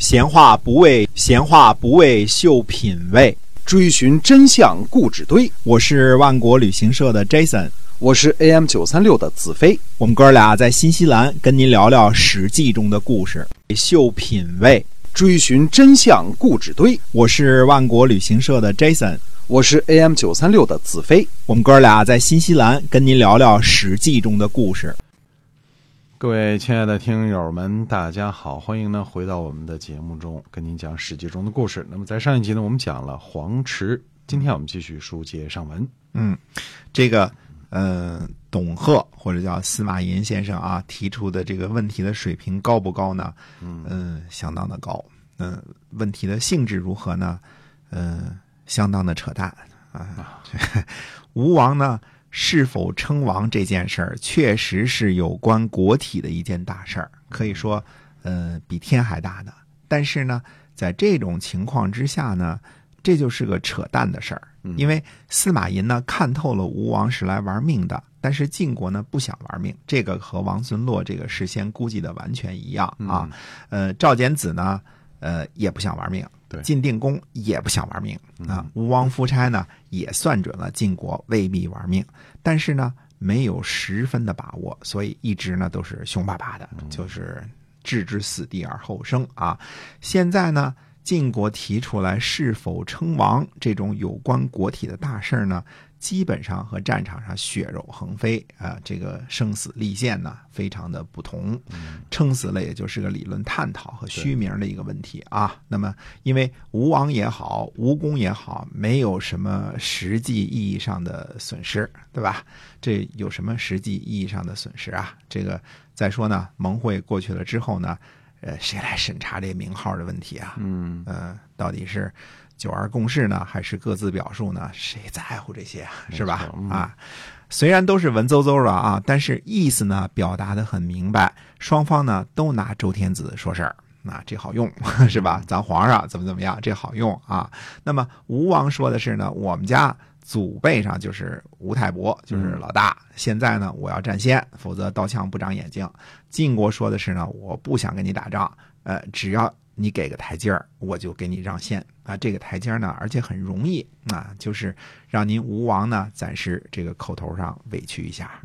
闲话不为秀品味， 追寻真相故纸堆。 我是万国旅行社的 Jason， 我是 AM936 的子飞。 我们哥俩在新西兰跟您聊聊《史记》中的故事，秀品味， 追寻真相故纸堆。 我是万国旅行社的 Jason， 我是 AM936 的子飞。 我们哥俩在新西兰跟您聊聊《史记》中的故事。 各位亲爱的听友们，大家好，欢迎呢回到我们的节目中，跟您讲《史记》中的故事。那么在上一集呢，我们讲了黄池，今天我们继续书接上文。 这个董鹤或者叫司马寅先生啊提出的这个问题的水平高不高呢？相当的高。问题的性质如何呢？相当的扯淡啊。吴王呢是否称王这件事儿，确实是有关国体的一件大事儿，可以说比天还大的。但是呢，在这种情况之下呢，这就是个扯淡的事儿。因为司马寅呢看透了吴王是来玩命的，但是晋国呢不想玩命，这个和王孙洛这个事先估计的完全一样啊。赵简子呢也不想玩命，晋定公也不想玩命啊。吴王夫差呢也算准了晋国未必玩命，但是呢没有十分的把握，所以一直呢都是凶巴巴的，就是置之死地而后生啊。现在呢晋国提出来是否称王这种有关国体的大事呢，基本上和战场上血肉横飞这个生死立现呢非常的不同。称死了也就是个理论探讨和虚名的一个问题啊。那么因为吴王也好，吴公也好，没有什么实际意义上的损失，对吧？这有什么实际意义上的损失啊？这个再说呢，盟会过去了之后呢，谁来审查这名号的问题啊？到底是9·2共识呢，还是各自表述呢？谁在乎这些啊？是吧？虽然都是文绉绉的啊，但是意思呢表达得很明白，双方呢都拿周天子说事儿，那这好用是吧？咱皇上怎么样，这好用啊。那么吴王说的是呢，我们家祖辈上就是吴太伯，就是老大，现在呢我要占先，否则刀枪不长眼睛。晋国说的是呢，我不想跟你打仗，只要你给个台阶儿，我就给你让先啊。这个台阶呢，而且很容易啊，就是让您吴王呢暂时这个口头上委屈一下。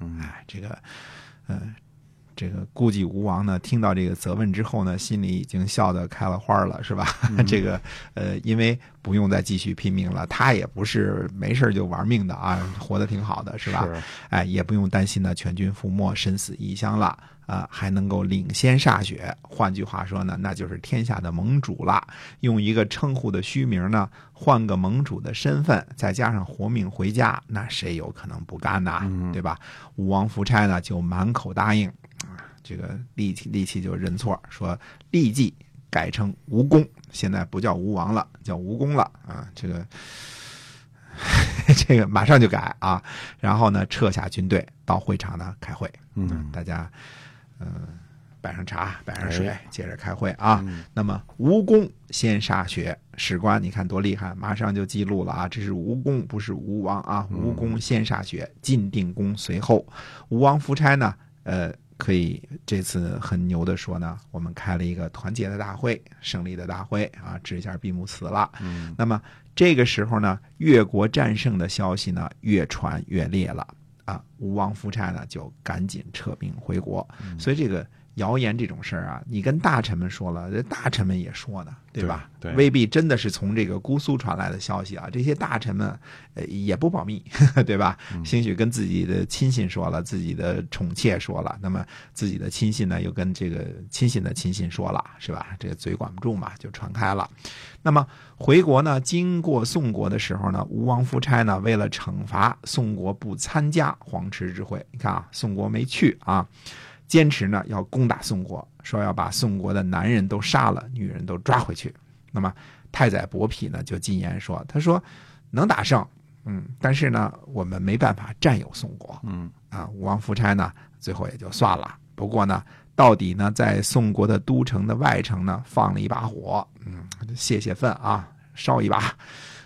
这个估计吴王呢听到这个责问之后呢，心里已经笑得开了花了，是吧？这个因为不用再继续拼命了，他也不是没事就玩命的啊，活得挺好的，是吧？也不用担心呢全军覆没、身死异乡了。还能够领先歃血，换句话说呢，那就是天下的盟主了。用一个称呼的虚名呢，换个盟主的身份，再加上活命回家，那谁有可能不干呢？对吧？吴王夫差呢就满口答应，这个立即就认错，说立即改成吴公，现在不叫吴王了，叫吴公了啊。这个马上就改啊，然后呢撤下军队到会场呢开会，大家摆上茶摆上水，接着开会啊。那么吴公先歃血，史官你看多厉害，马上就记录了啊，这是吴公不是吴王啊。吴公先歃血，晋定公随后。吴王夫差呢可以这次很牛的说呢，我们开了一个团结的大会，胜利的大会啊，致一下闭幕词了。那么这个时候呢，越国战胜的消息呢越传越烈了啊。吴王夫差呢就赶紧撤兵回国。所以这个谣言这种事儿啊，你跟大臣们说了，这大臣们也说呢，对吧？对，未必真的是从这个姑苏传来的消息啊。这些大臣们也不保密，对吧？兴许跟自己的亲信说了，自己的宠妾说了，那么自己的亲信呢又跟这个亲信的亲信说了，是吧？这个嘴管不住嘛，就传开了。那么回国呢，经过宋国的时候呢，吴王夫差呢为了惩罚宋国不参加黄池之会，你看啊，宋国没去啊，坚持呢要攻打宋国，说要把宋国的男人都杀了，女人都抓回去。那么太宰伯嚭呢就进言说，他说能打胜，但是呢我们没办法占有宋国。吴王夫差呢最后也就算了。不过呢到底呢在宋国的都城的外城呢放了一把火，泄愤啊，烧一把。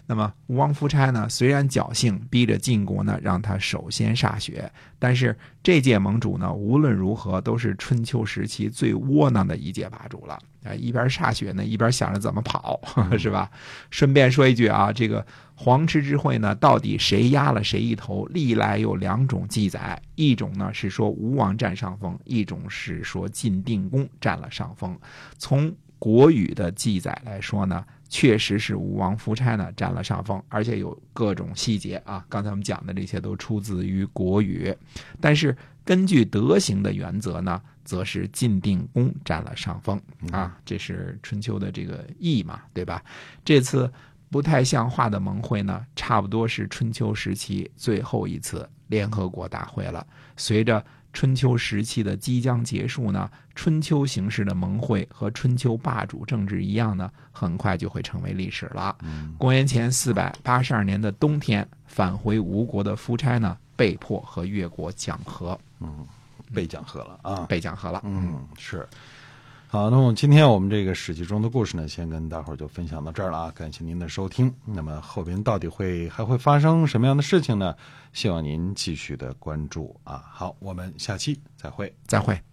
那么吴王夫差呢，虽然侥幸逼着晋国呢让他首先歃血，但是这届盟主呢，无论如何都是春秋时期最窝囊的一届霸主了。一边歃血呢，一边想着怎么跑，是吧？顺便说一句啊，这个黄池之会呢，到底谁压了谁一头？历来有2种记载，一种呢是说吴王占上风，一种是说晋定公占了上风。从国语的记载来说呢，确实是吴王夫差呢占了上风，而且有各种细节啊。刚才我们讲的这些都出自于国语，但是根据德行的原则呢，则是晋定公占了上风啊。这是春秋的这个义嘛，对吧？这次不太像话的盟会呢，差不多是春秋时期最后一次联合国大会了。随着春秋时期的即将结束呢，春秋形式的盟会和春秋霸主政治一样呢，很快就会成为历史了。公元前482年的冬天，返回吴国的夫差呢，被迫和越国讲和。 被讲和了啊， 被讲和了。 是。好，那么今天我们这个史记中的故事呢，先跟大伙儿就分享到这儿了啊，感谢您的收听。那么后边到底还会发生什么样的事情呢？希望您继续的关注啊。好，我们下期再会。 再会。